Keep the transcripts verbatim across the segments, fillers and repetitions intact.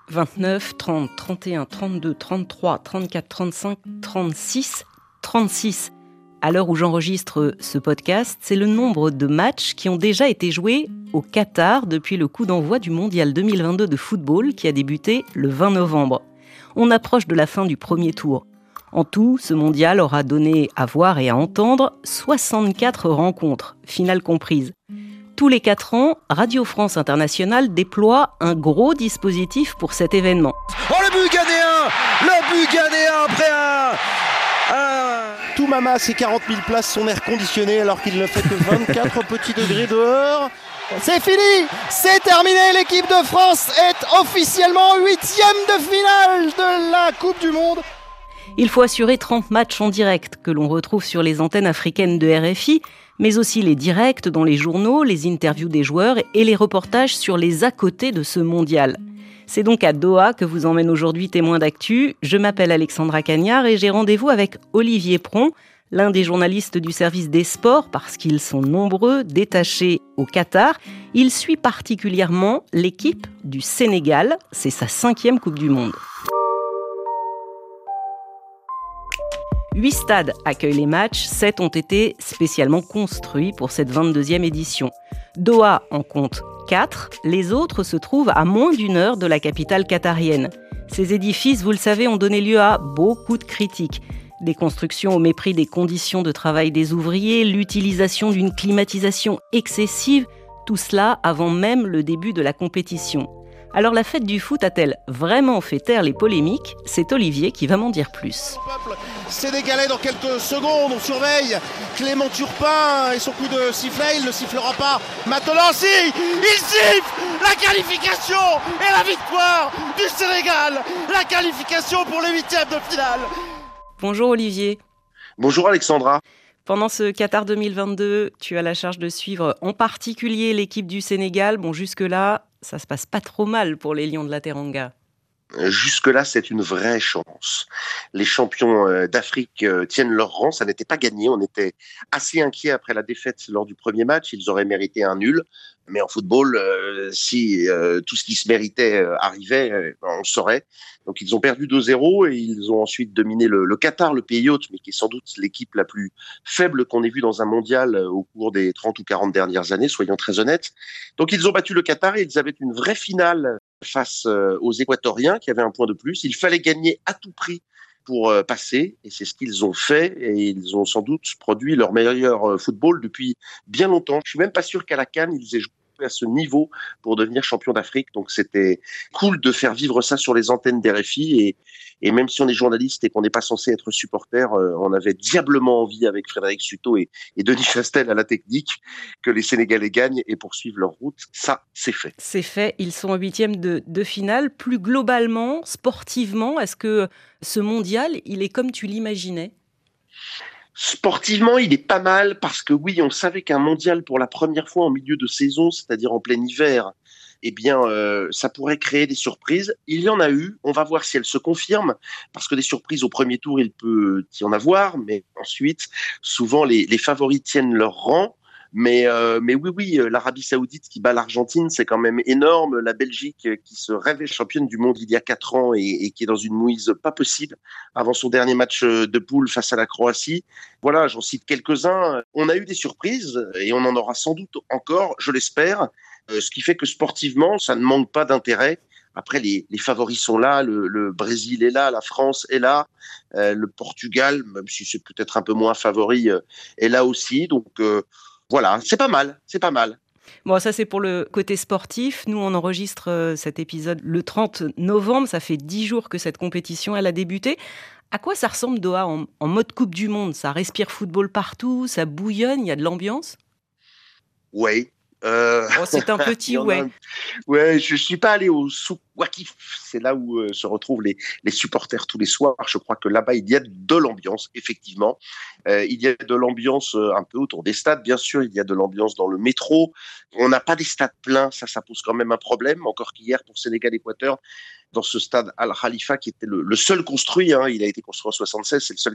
vingt-neuf, trente, trente et un, trente-deux, trente-trois, trente-quatre, trente-cinq, trente-six, trente-six. À l'heure où j'enregistre ce podcast, c'est le nombre de matchs qui ont déjà été joués au Qatar depuis le coup d'envoi du Mondial deux mille vingt-deux de football qui a débuté le vingt novembre. On approche de la fin du premier tour. En tout, ce mondial aura donné à voir et à entendre soixante-quatre rencontres, finales comprises. Tous les quatre ans, Radio France Internationale déploie un gros dispositif pour cet événement. Oh, le but ghanéen! Le but ghanéen après un... un... Toumama, ses quarante mille places sont air conditionné alors qu'il ne fait que vingt-quatre petits degrés dehors. C'est fini, c'est terminé, l'équipe de France est officiellement huitième de finale de la Coupe du Monde. Il faut assurer trente matchs en direct que l'on retrouve sur les antennes africaines de R F I, mais aussi les directs dans les journaux, les interviews des joueurs et les reportages sur les à côté de ce mondial. C'est donc à Doha que vous emmène aujourd'hui Témoin d'actu. Je m'appelle Alexandra Cagnard et j'ai rendez-vous avec Olivier Pron, l'un des journalistes du service des sports, parce qu'ils sont nombreux, détachés au Qatar. Il suit particulièrement l'équipe du Sénégal. C'est sa cinquième Coupe du Monde. Huit stades accueillent les matchs, sept ont été spécialement construits pour cette vingt-deuxième édition. Doha en compte quatre, les autres se trouvent à moins d'une heure de la capitale qatarienne. Ces édifices, vous le savez, ont donné lieu à beaucoup de critiques. Des constructions au mépris des conditions de travail des ouvriers, l'utilisation d'une climatisation excessive, tout cela avant même le début de la compétition. Alors la fête du foot a-t-elle vraiment fait taire les polémiques ? C'est Olivier qui va m'en dire plus. Sénégalais dans quelques secondes, on surveille Clément Turpin et son coup de sifflet, il ne sifflera pas maintenant, si il siffle la qualification et la victoire du Sénégal, la qualification pour les huitièmes de finale. Bonjour Olivier. Bonjour Alexandra. Pendant ce Qatar deux mille vingt-deux, tu as la charge de suivre en particulier l'équipe du Sénégal. Bon, jusque-là, ça se passe pas trop mal pour les Lions de la Teranga. Jusque-là, c'est une vraie chance. Les champions d'Afrique tiennent leur rang. Ça n'était pas gagné. On était assez inquiets après la défaite lors du premier match. Ils auraient mérité un nul. Mais en football, euh, si euh, tout ce qui se méritait euh, arrivait, euh, on le saurait. Donc ils ont perdu deux zéro et ils ont ensuite dominé le, le Qatar, le pays hôte, mais qui est sans doute l'équipe la plus faible qu'on ait vue dans un mondial euh, au cours des trente ou quarante dernières années, soyons très honnêtes. Donc ils ont battu le Qatar et ils avaient une vraie finale face euh, aux Équatoriens qui avaient un point de plus. Il fallait gagner à tout prix pour euh, passer, et c'est ce qu'ils ont fait, et ils ont sans doute produit leur meilleur euh, football depuis bien longtemps. Je suis même pas sûr qu'à la CAN, ils aient joué à ce niveau pour devenir champion d'Afrique, donc c'était cool de faire vivre ça sur les antennes d'R F I, et, et même si on est journaliste et qu'on n'est pas censé être supporter, euh, on avait diablement envie avec Frédéric Suto et, et Denis Chastel à la technique que les Sénégalais gagnent et poursuivent leur route. Ça, c'est fait. C'est fait, ils sont en huitième de, de finale. Plus globalement, sportivement, est-ce que ce mondial, il est comme tu l'imaginais ? Sportivement, il est pas mal parce que oui, on savait qu'un mondial pour la première fois en milieu de saison, c'est-à-dire en plein hiver, eh bien, euh, ça pourrait créer des surprises. Il y en a eu. On va voir si elles se confirment parce que des surprises au premier tour, il peut y en avoir, mais ensuite, souvent, les, les favoris tiennent leur rang. Mais, euh, mais oui, oui, l'Arabie Saoudite qui bat l'Argentine, c'est quand même énorme. La Belgique qui se rêvait championne du monde il y a quatre ans et, et qui est dans une mouise pas possible avant son dernier match de poule face à la Croatie. Voilà, j'en cite quelques-uns. On a eu des surprises et on en aura sans doute encore, je l'espère. Euh, ce qui fait que sportivement, ça ne manque pas d'intérêt. Après, les, les favoris sont là, le, le Brésil est là, la France est là, euh, le Portugal, même si c'est peut-être un peu moins favori, euh, est là aussi. Donc, euh, voilà, c'est pas mal, c'est pas mal. Bon, ça c'est pour le côté sportif. Nous, on enregistre cet épisode le trente novembre. Ça fait dix jours que cette compétition elle a débuté. À quoi ça ressemble Doha en, en mode Coupe du Monde ? Ça respire football partout, ça bouillonne, il y a de l'ambiance ? Oui. Euh... Oh, c'est un petit ouais. Un... Ouais, je suis pas allé au Souk Waqif. C'est là où euh, se retrouvent les, les supporters tous les soirs. Je crois que là-bas, il y a de l'ambiance, effectivement. Euh, il y a de l'ambiance euh, un peu autour des stades, bien sûr. Il y a de l'ambiance dans le métro. On n'a pas des stades pleins. Ça, ça pose quand même un problème. Encore qu'hier, pour Sénégal-Équateur, dans ce stade Al Khalifa, qui était le, le seul construit, hein, il a été construit en soixante-seize, c'est le seul qui a été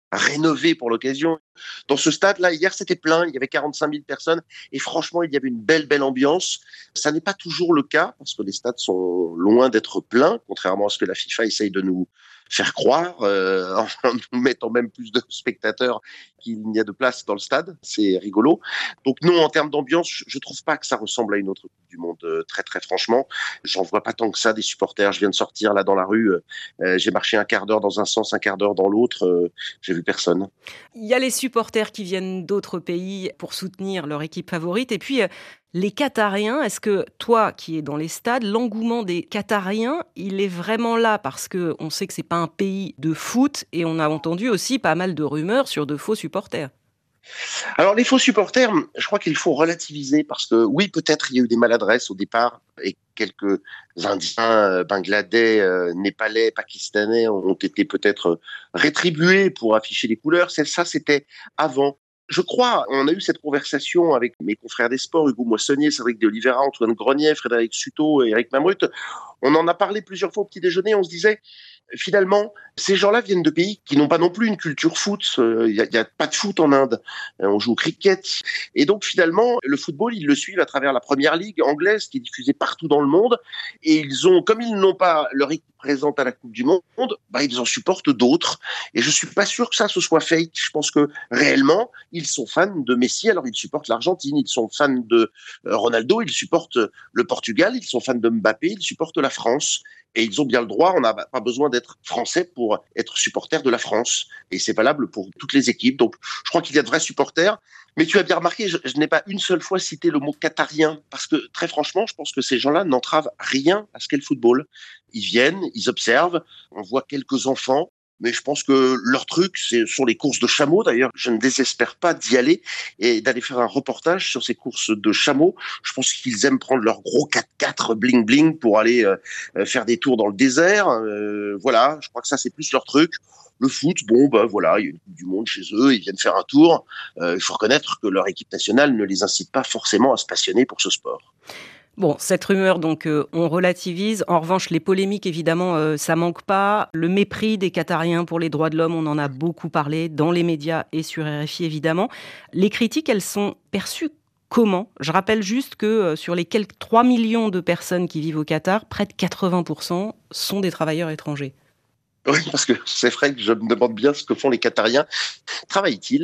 rénové pour l'occasion. Dans ce stade-là, hier, c'était plein. Il y avait quarante-cinq mille personnes. Et franchement, il y avait une belle, belle ambiance. Ça n'est pas toujours le cas parce que les stades sont loin d'être pleins, contrairement à ce que la FIFA essaye de nous faire croire, euh, en nous mettant même plus de spectateurs qu'il n'y a de place dans le stade. C'est rigolo. Donc non, en termes d'ambiance, je trouve pas que ça ressemble à une autre Coupe du Monde, euh, très très franchement. J'en vois pas tant que ça des supporters. Je viens de sortir là dans la rue, euh, j'ai marché un quart d'heure dans un sens, un quart d'heure dans l'autre, euh, j'ai vu personne. Il y a les supporters qui viennent d'autres pays pour soutenir leur équipe favorite et puis euh, les Qatariens. Est-ce que toi qui es dans les stades, l'engouement des Qatariens, il est vraiment là parce qu'on sait que c'est pas un pays de foot et on a entendu aussi pas mal de rumeurs sur de faux supporters? Alors les faux supporters, je crois qu'il faut relativiser parce que oui, peut-être il y a eu des maladresses au départ et quelques Indiens, euh, Bangladais, euh, Népalais, Pakistanais ont été peut-être rétribués pour afficher les couleurs. C'est ça, c'était avant. Je crois, on a eu cette conversation avec mes confrères des sports, Hugo Moissonnier, Cédric de Oliveira, Antoine Grenier, Frédéric Suto et Eric Mamrut. On en a parlé plusieurs fois au petit déjeuner, on se disait, finalement, ces gens-là viennent de pays qui n'ont pas non plus une culture foot. Il euh, n'y a, y a pas de foot en Inde. Euh, on joue au cricket. Et donc, finalement, le football, ils le suivent à travers la première ligue anglaise qui est diffusée partout dans le monde. Et ils ont, comme ils n'ont pas leur équipe présente à la Coupe du Monde, bah, ils en supportent d'autres. Et je suis pas sûr que ça, ce soit fake. Je pense que réellement, ils sont fans de Messi, alors ils supportent l'Argentine. Ils sont fans de euh, Ronaldo, ils supportent le Portugal. Ils sont fans de Mbappé, ils supportent la France. Et ils ont bien le droit, on n'a pas besoin d'être français pour être supporter de la France. Et c'est valable pour toutes les équipes. Donc, je crois qu'il y a de vrais supporters. Mais tu as bien remarqué, je, je n'ai pas une seule fois cité le mot qatarien. Parce que, très franchement, je pense que ces gens-là n'entravent rien à ce qu'est le football. Ils viennent, ils observent. On voit quelques enfants. Mais je pense que leur truc, c'est sur les courses de chameaux. D'ailleurs, je ne désespère pas d'y aller et d'aller faire un reportage sur ces courses de chameaux. Je pense qu'ils aiment prendre leur gros quatre-quatre bling bling pour aller euh, faire des tours dans le désert. Euh, voilà, je crois que ça, c'est plus leur truc. Le foot, bon, ben voilà, il y a une Coupe du Monde chez eux, ils viennent faire un tour. Euh, il faut reconnaître que leur équipe nationale ne les incite pas forcément à se passionner pour ce sport. Bon, cette rumeur, donc, euh, on relativise. En revanche, les polémiques, évidemment, euh, ça manque pas. Le mépris des Qatariens pour les droits de l'homme, on en a beaucoup parlé dans les médias et sur R F I, évidemment. Les critiques, elles sont perçues comment ? Je rappelle juste que euh, sur les quelques trois millions de personnes qui vivent au Qatar, près de quatre-vingts pour cent sont des travailleurs étrangers. Oui, parce que c'est vrai que je me demande bien ce que font les Qatariens. Travaillent-ils ?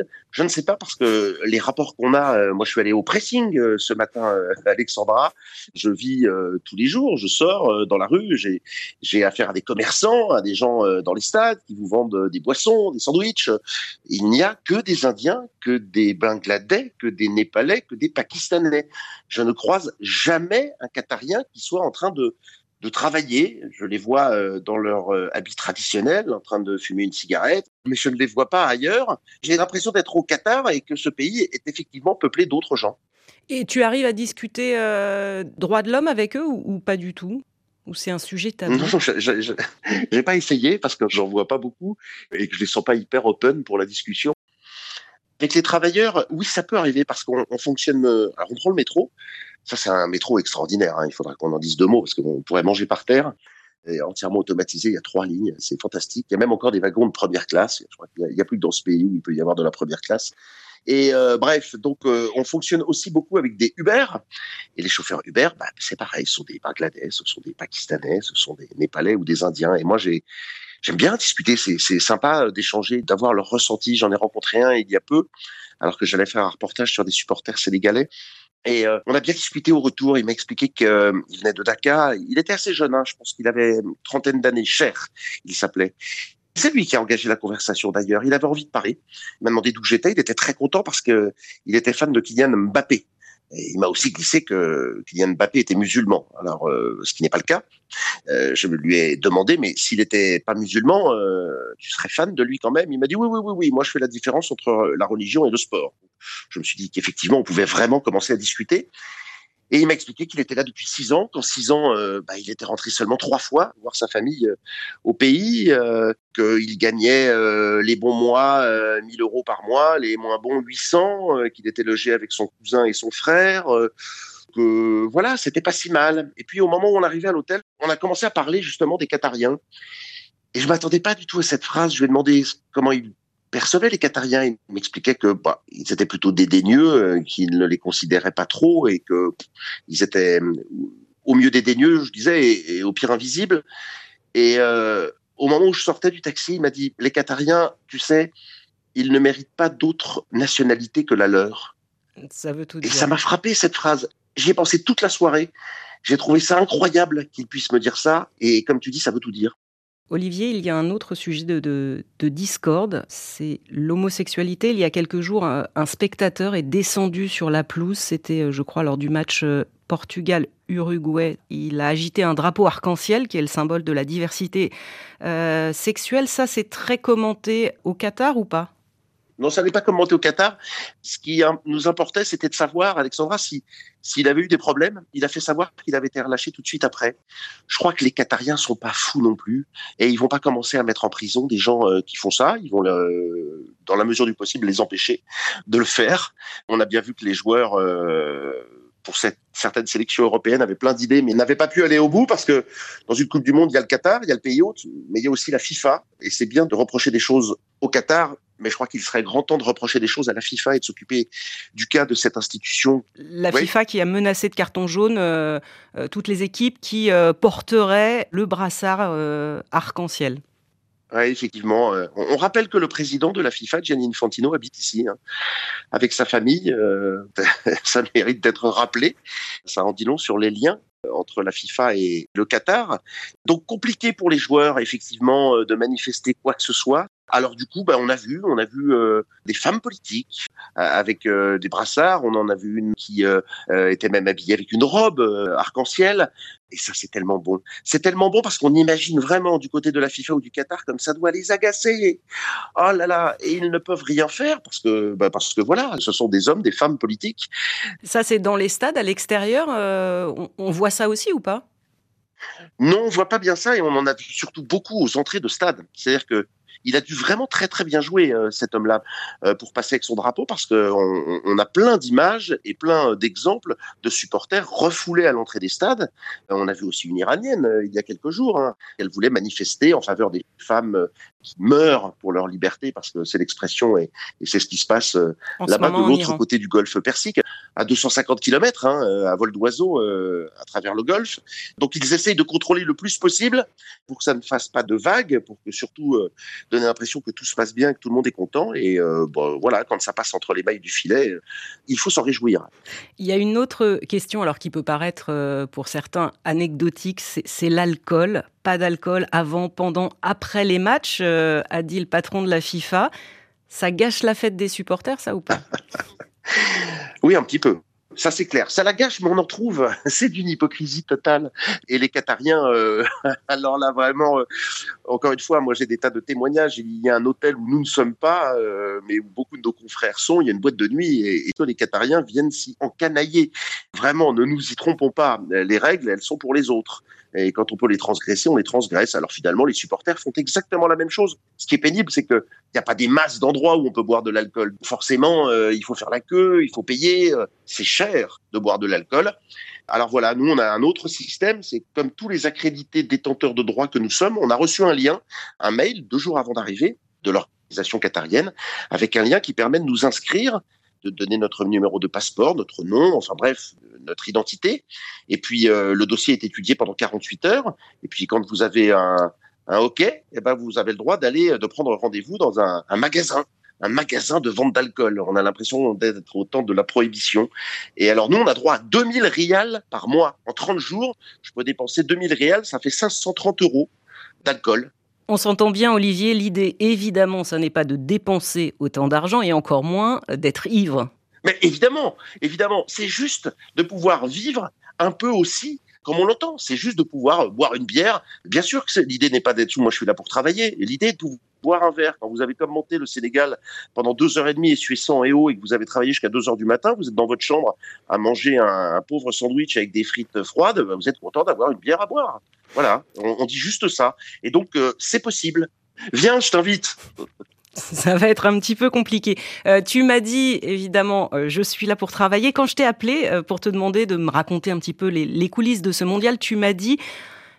Je ne sais pas parce que les rapports qu'on a, euh, moi je suis allé au pressing euh, ce matin euh, à Alexandra, je vis euh, tous les jours, je sors euh, dans la rue, j'ai, j'ai affaire à des commerçants, à des gens euh, dans les stades qui vous vendent euh, des boissons, des sandwichs. Il n'y a que des Indiens, que des Bangladais, que des Népalais, que des Pakistanais. Je ne croise jamais un Qatarien qui soit en train de de travailler. Je les vois euh, dans leur euh, habit traditionnel, en train de fumer une cigarette, mais je ne les vois pas ailleurs. J'ai l'impression d'être au Qatar et que ce pays est effectivement peuplé d'autres gens. Et tu arrives à discuter euh, droits de l'homme avec eux ou, ou pas du tout ? Ou c'est un sujet tabou ? Non, je, je, je, j'ai pas essayé parce que j'en vois pas beaucoup et que je les sens pas hyper open pour la discussion. Avec les travailleurs, oui, ça peut arriver parce qu'on on fonctionne. Alors, on prend le métro. Ça, c'est un métro extraordinaire. Hein. Il faudra qu'on en dise deux mots parce qu'on pourrait manger par terre. Et entièrement automatisé, il y a trois lignes. C'est fantastique. Il y a même encore des wagons de première classe. Je crois qu'il n'y a, a plus que dans ce pays où il peut y avoir de la première classe. Et euh, bref, donc euh, on fonctionne aussi beaucoup avec des Uber. Et les chauffeurs Uber, bah, c'est pareil. Ce sont des Bangladais, ce sont des Pakistanais, ce sont des Népalais ou des Indiens. Et moi, j'ai J'aime bien discuter, c'est, c'est sympa d'échanger, d'avoir leur ressenti. J'en ai rencontré un il y a peu, alors que j'allais faire un reportage sur des supporters sénégalais. Et euh, on a bien discuté au retour. Il m'a expliqué qu'il euh, venait de Dakar. Il était assez jeune, hein, je pense qu'il avait une trentaine d'années. Cher, il s'appelait. C'est lui qui a engagé la conversation d'ailleurs. Il avait envie de parler. Il m'a demandé d'où j'étais. Il était très content parce que il était fan de Kylian Mbappé. Et il m'a aussi glissé que Kylian Mbappé était musulman. Alors, euh, ce qui n'est pas le cas. Euh, je lui ai demandé, mais s'il n'était pas musulman, euh, tu serais fan de lui quand même ? Il m'a dit oui, oui, oui, oui. Moi, je fais la différence entre la religion et le sport. Je me suis dit qu'effectivement, on pouvait vraiment commencer à discuter. Et il m'a expliqué qu'il était là depuis six ans, qu'en six ans, euh, bah, il était rentré seulement trois fois voir sa famille euh, au pays, euh, qu'il gagnait euh, les bons mois euh, mille euros par mois, les moins bons huit cents, euh, qu'il était logé avec son cousin et son frère, euh, que voilà, c'était pas si mal. Et puis au moment où on arrivait à l'hôtel, on a commencé à parler justement des Qatariens. Et je m'attendais pas du tout à cette phrase. Je lui ai demandé comment il percevaient les Qatariens. Ils m'expliquaient que bah, ils étaient plutôt dédaigneux, euh, qu'ils ne les considéraient pas trop et que pff, ils étaient au mieux dédaigneux, je disais, et, et au pire invisibles. Et euh, au moment où je sortais du taxi, il m'a dit « Les Qatariens, tu sais, ils ne méritent pas d'autre nationalité que la leur. » Ça veut tout Et dire. ça m'a frappé, cette phrase. J'y ai pensé toute la soirée. J'ai trouvé ça incroyable qu'il puisse me dire ça. Et comme tu dis, ça veut tout dire. Olivier, il y a un autre sujet de, de, de discorde, c'est l'homosexualité. Il y a quelques jours, un, un spectateur est descendu sur la pelouse. C'était, je crois, lors du match Portugal-Uruguay. Il a agité un drapeau arc-en-ciel, qui est le symbole de la diversité euh, sexuelle. Ça, c'est très commenté au Qatar ou pas ? Non, ça n'est pas commenté au Qatar. Ce qui nous importait, c'était de savoir, Alexandra, si, s'il avait eu des problèmes. Il a fait savoir qu'il avait été relâché tout de suite après. Je crois que les Qatariens sont pas fous non plus. Et ils vont pas commencer à mettre en prison des gens euh, qui font ça. Ils vont, le, dans la mesure du possible, les empêcher de le faire. On a bien vu que les joueurs... Euh, pour cette, certaines sélections européennes, avaient plein d'idées, mais n'avaient pas pu aller au bout parce que dans une Coupe du Monde, il y a le Qatar, il y a le pays hôte, mais il y a aussi la FIFA. Et c'est bien de reprocher des choses au Qatar, mais je crois qu'il serait grand temps de reprocher des choses à la FIFA et de s'occuper du cas de cette institution. La oui. FIFA qui a menacé de carton jaune euh, euh, toutes les équipes qui euh, porteraient le brassard euh, arc-en-ciel. Oui, effectivement. Euh, on, on rappelle que le président de la FIFA, Gianni Infantino, habite ici, hein, avec sa famille. Euh, ça mérite d'être rappelé. Ça en dit long sur les liens entre la FIFA et le Qatar. Donc compliqué pour les joueurs, effectivement, de manifester quoi que ce soit. Alors du coup, bah, on a vu, on a vu euh, des femmes politiques euh, avec euh, des brassards. On en a vu une qui euh, euh, était même habillée avec une robe euh, arc-en-ciel. Et ça, c'est tellement bon. C'est tellement bon parce qu'on imagine vraiment du côté de la FIFA ou du Qatar comme ça doit les agacer. Oh là là, et ils ne peuvent rien faire parce que, bah, parce que voilà, ce sont des hommes, des femmes politiques. Ça, c'est dans les stades, à l'extérieur. Euh, on, on voit ça aussi ou pas ? Non, on voit pas bien ça et on en a vu surtout beaucoup aux entrées de stade. C'est-à-dire que il a dû vraiment très très bien jouer euh, cet homme-là euh, pour passer avec son drapeau parce que on, on a plein d'images et plein d'exemples de supporters refoulés à l'entrée des stades. Euh, on a vu aussi une Iranienne euh, il y a quelques jours. Hein. Elle voulait manifester en faveur des femmes euh, qui meurent pour leur liberté parce que c'est l'expression et, et c'est ce qui se passe euh, là-bas de l'autre côté du Golfe Persique, à deux cent cinquante kilomètres, hein, à vol d'oiseau euh, à travers le Golfe. Donc ils essayent de contrôler le plus possible pour que ça ne fasse pas de vagues, pour que surtout euh, donner l'impression que tout se passe bien, que tout le monde est content. Et euh, bon, voilà, quand ça passe entre les mailles du filet, euh, il faut s'en réjouir. Il y a une autre question, alors qui peut paraître euh, pour certains anecdotique, c'est, c'est l'alcool. Pas d'alcool avant, pendant, après les matchs, euh, a dit le patron de la FIFA. Ça gâche la fête des supporters, ça ou pas ? Oui, un petit peu. Ça, c'est clair. Ça la gâche, mais on en trouve. C'est d'une hypocrisie totale. Et les Qatariens, euh, alors là, vraiment, euh, encore une fois, moi, j'ai des tas de témoignages. Il y a un hôtel où nous ne sommes pas, euh, mais où beaucoup de nos confrères sont. Il y a une boîte de nuit et, et les Qatariens viennent s'y encanailler. Vraiment, ne nous y trompons pas. Les règles, elles sont pour les autres. Et quand on peut les transgresser, on les transgresse. Alors finalement, les supporters font exactement la même chose. Ce qui est pénible, c'est qu'il n'y a pas des masses d'endroits où on peut boire de l'alcool. Forcément, euh, il faut faire la queue, il faut payer. Euh, c'est cher de boire de l'alcool. Alors voilà, nous, on a un autre système. C'est comme tous les accrédités détenteurs de droits que nous sommes, on a reçu un lien, un mail, deux jours avant d'arriver, de l'organisation qatarienne, avec un lien qui permet de nous inscrire, de donner notre numéro de passeport, notre nom, enfin bref, notre identité. Et puis, euh, le dossier est étudié pendant quarante-huit heures. Et puis, quand vous avez un, un OK, eh ben, vous avez le droit d'aller, de prendre rendez-vous dans un, un magasin, un magasin de vente d'alcool. On a l'impression d'être au temps de la prohibition. Et alors, nous, on a droit à deux mille rials par mois. En trente jours, je peux dépenser deux mille rials, ça fait cinq cent trente euros d'alcool. On s'entend bien, Olivier, l'idée, évidemment, ça n'est pas de dépenser autant d'argent et encore moins d'être ivre. Mais évidemment, évidemment, c'est juste de pouvoir vivre un peu aussi comme on l'entend. C'est juste de pouvoir boire une bière. Bien sûr que c'est, l'idée n'est pas d'être sous, moi je suis là pour travailler. Et l'idée est de pouvoir boire un verre. Quand vous avez commenté le Sénégal pendant deux heures et demie, essuyé sang et eau, et que vous avez travaillé jusqu'à deux heures du matin, vous êtes dans votre chambre à manger un, un pauvre sandwich avec des frites froides, vous êtes content d'avoir une bière à boire. Voilà, on, on dit juste ça. Et donc, euh, c'est possible. Viens, je t'invite. Ça va être un petit peu compliqué. Euh, tu m'as dit, évidemment, euh, je suis là pour travailler. Quand je t'ai appelé euh, pour te demander de me raconter un petit peu les, les coulisses de ce mondial, tu m'as dit,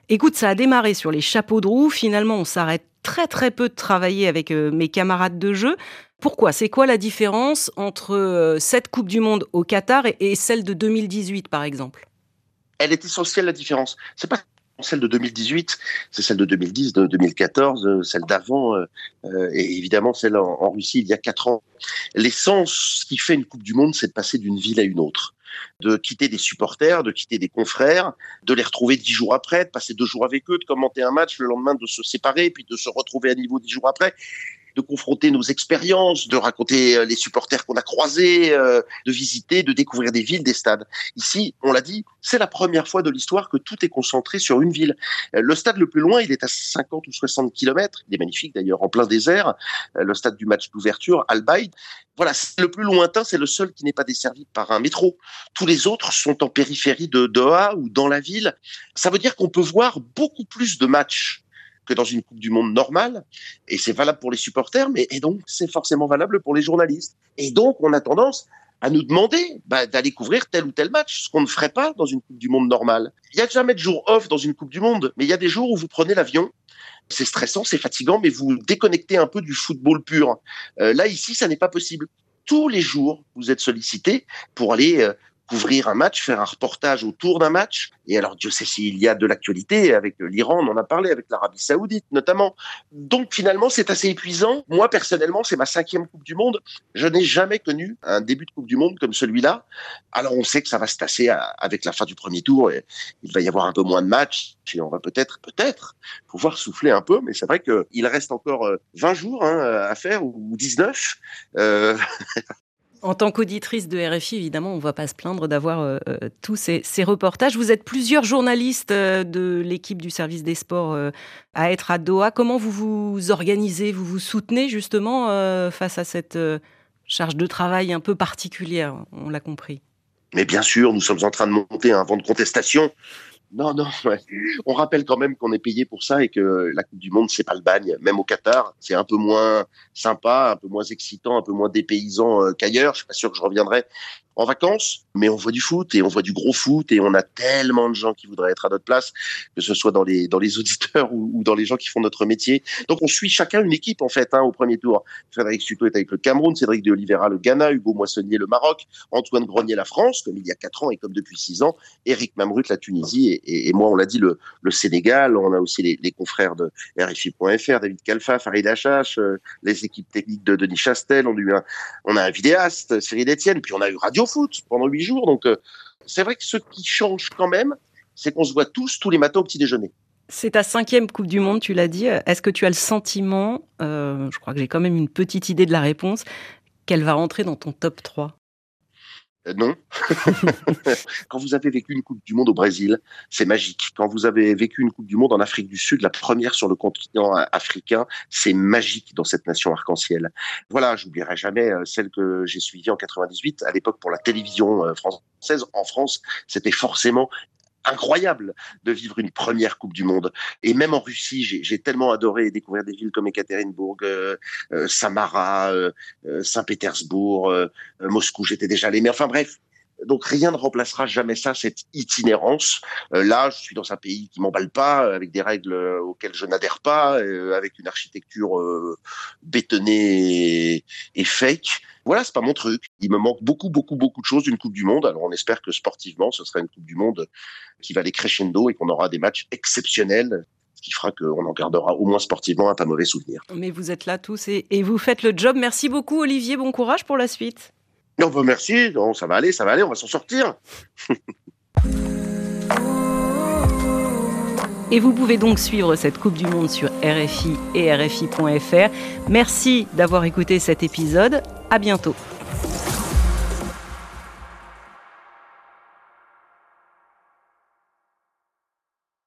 Écoute, ça a démarré sur les chapeaux de roue. Finalement, on s'arrête très très peu de travailler avec euh, mes camarades de jeu. Pourquoi ? C'est quoi la différence entre euh, cette Coupe du Monde au Qatar et, et celle de deux mille dix-huit, par exemple ? Elle est essentielle, la différence. C'est pas celle de deux mille dix-huit, c'est celle de deux mille dix, de deux mille quatorze, celle d'avant, euh, et évidemment celle en, en Russie il y a quatre ans. L'essence, ce qui fait une Coupe du Monde, c'est de passer d'une ville à une autre, de quitter des supporters, de quitter des confrères, de les retrouver dix jours après, de passer deux jours avec eux, de commenter un match, le lendemain de se séparer, puis de se retrouver à niveau dix jours après, de confronter nos expériences, de raconter les supporters qu'on a croisés, euh, de visiter, de découvrir des villes, des stades. Ici, on l'a dit, c'est la première fois de l'histoire que tout est concentré sur une ville. Le stade le plus loin, il est à cinquante ou soixante kilomètres. Il est magnifique d'ailleurs, en plein désert. Le stade du match d'ouverture, Al Bayt. Voilà, c'est le plus lointain, c'est le seul qui n'est pas desservi par un métro. Tous les autres sont en périphérie de Doha ou dans la ville. Ça veut dire qu'on peut voir beaucoup plus de matchs que dans une Coupe du Monde normale, et c'est valable pour les supporters, mais et donc c'est forcément valable pour les journalistes. Et donc on a tendance à nous demander bah, d'aller couvrir tel ou tel match, ce qu'on ne ferait pas dans une Coupe du Monde normale. Il n'y a jamais de jour off dans une Coupe du Monde, mais il y a des jours où vous prenez l'avion, c'est stressant, c'est fatigant, mais vous déconnectez un peu du football pur. Euh, là, ici, ça n'est pas possible. Tous les jours, vous êtes sollicité pour aller euh, couvrir un match, faire un reportage autour d'un match. Et alors, Dieu sait s'il y a de l'actualité avec l'Iran, on en a parlé, avec l'Arabie Saoudite notamment. Donc finalement, c'est assez épuisant. Moi, personnellement, c'est ma cinquième Coupe du Monde. Je n'ai jamais connu un début de Coupe du Monde comme celui-là. Alors, on sait que ça va se tasser avec la fin du premier tour. Et il va y avoir un peu moins de matchs. Et on va peut-être, peut-être, pouvoir souffler un peu. Mais c'est vrai qu'il reste encore vingt jours hein, à faire, ou dix-neuf. Euh... En tant qu'auditrice de R F I, évidemment, on ne va pas se plaindre d'avoir euh, tous ces, ces reportages. Vous êtes plusieurs journalistes euh, de l'équipe du service des sports euh, à être à Doha. Comment vous vous organisez ? Vous vous soutenez justement euh, face à cette euh, charge de travail un peu particulière, on l'a compris. Mais bien sûr, nous sommes en train de monter un vent de contestation. Non, non, ouais. On rappelle quand même qu'on est payé pour ça et que la Coupe du Monde, c'est pas le bagne. Même au Qatar, c'est un peu moins sympa, un peu moins excitant, un peu moins dépaysant euh, qu'ailleurs. Je suis pas sûr que je reviendrai en vacances, mais on voit du foot et on voit du gros foot et on a tellement de gens qui voudraient être à notre place, que ce soit dans les dans les auditeurs ou, ou dans les gens qui font notre métier. Donc on suit chacun une équipe en fait hein, au premier tour. Frédéric Suto est avec le Cameroun, Cédric de Oliveira le Ghana, Hugo Moissonnier le Maroc, Antoine Grenier la France, comme il y a quatre ans et comme depuis six ans, Eric Mamrut la Tunisie et, et, et moi on l'a dit le, le Sénégal. On a aussi les, les confrères de R F I point F R, David Kalfa, Farid Achache, euh, les équipes techniques de Denis Chastel. On a eu un, on a un vidéaste, Cyril Etienne, puis on a eu Radio Foot pendant huit jours. Donc, euh, c'est vrai que ce qui change quand même, c'est qu'on se voit tous, tous les matins au petit déjeuner. C'est ta cinquième Coupe du Monde, tu l'as dit. Est-ce que tu as le sentiment, euh, je crois que j'ai quand même une petite idée de la réponse, qu'elle va rentrer dans ton top trois ? Euh, non. Quand vous avez vécu une Coupe du Monde au Brésil, c'est magique. Quand vous avez vécu une Coupe du Monde en Afrique du Sud, la première sur le continent africain, c'est magique dans cette nation arc-en-ciel. Voilà, j'oublierai jamais celle que j'ai suivie en quatre-vingt-dix-huit, à l'époque pour la télévision française. En France, c'était forcément incroyable de vivre une première Coupe du Monde. Et même en Russie, j'ai, j'ai tellement adoré découvrir des villes comme Ekaterinbourg, euh, euh, Samara, euh, Saint-Pétersbourg, euh, Moscou, j'étais déjà allé. Mais enfin bref, donc rien ne remplacera jamais ça, cette itinérance. Euh, là, je suis dans un pays qui m'emballe pas, avec des règles auxquelles je n'adhère pas, euh, avec une architecture euh, bétonnée et, et fake. Voilà, c'est pas mon truc. Il me manque beaucoup, beaucoup, beaucoup de choses d'une Coupe du Monde. Alors, on espère que sportivement, ce sera une Coupe du Monde qui va aller crescendo et qu'on aura des matchs exceptionnels, ce qui fera qu'on en gardera au moins sportivement un pas mauvais souvenir. Mais vous êtes là tous et, et vous faites le job. Merci beaucoup, Olivier. Bon courage pour la suite. Non, bah merci. Non, ça va aller, ça va aller. On va s'en sortir. Et vous pouvez donc suivre cette Coupe du Monde sur R F I et R F I point F R. Merci d'avoir écouté cet épisode. À bientôt.